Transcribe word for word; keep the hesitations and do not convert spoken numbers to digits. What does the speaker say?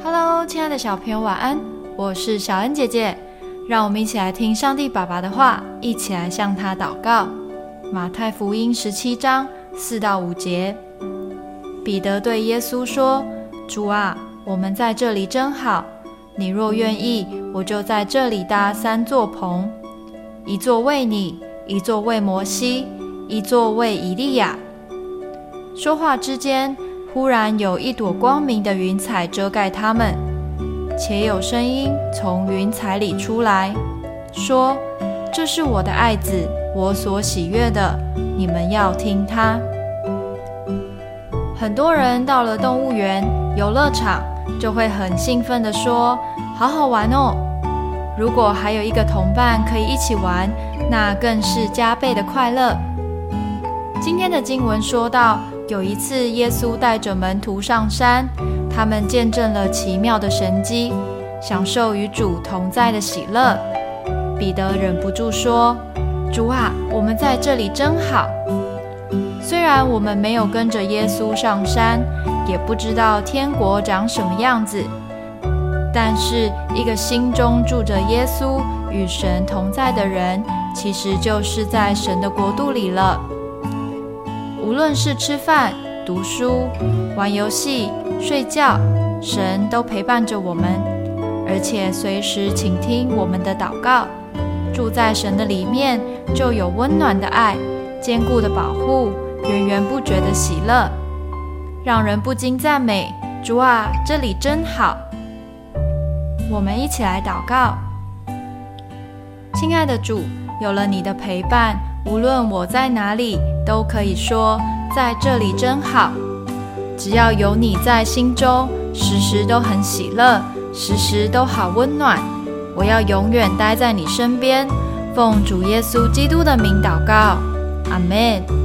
Hello， 亲爱的小朋友，晚安！我是小恩姐姐，让我们一起来听上帝爸爸的话，一起来向他祷告。马太福音十七章四到五节，彼得对耶稣说：“主啊，我们在这里真好。你若愿意，我就在这里搭三座棚，一座为你，一座为摩西，一座为以利亚。”说话之间，忽然有一朵光明的云彩遮盖他们，且有声音从云彩里出来，说：“这是我的爱子，我所喜悦的，你们要听他。”很多人到了动物园、游乐场，就会很兴奋地说：“好好玩哦！”如果还有一个同伴可以一起玩，那更是加倍的快乐。今天的经文说到，有一次耶稣带着门徒上山，他们见证了奇妙的神迹，享受与主同在的喜乐。彼得忍不住说：“主啊，我们在这里真好。”虽然我们没有跟着耶稣上山，也不知道天国长什么样子，但是一个心中住着耶稣与神同在的人，其实就是在神的国度里了。无论是吃饭、读书、玩游戏、睡觉，神都陪伴着我们，而且随时倾听我们的祷告。住在神的里面，就有温暖的爱、坚固的保护、源源不绝的喜乐，让人不禁赞美：“主啊，这里真好。”我们一起来祷告。亲爱的主，有了你的陪伴，无论我在哪里，都可以说在这里真好。只要有你在心中，时时都很喜乐，时时都好温暖。我要永远待在你身边，奉主耶稣基督的名祷告，阿们。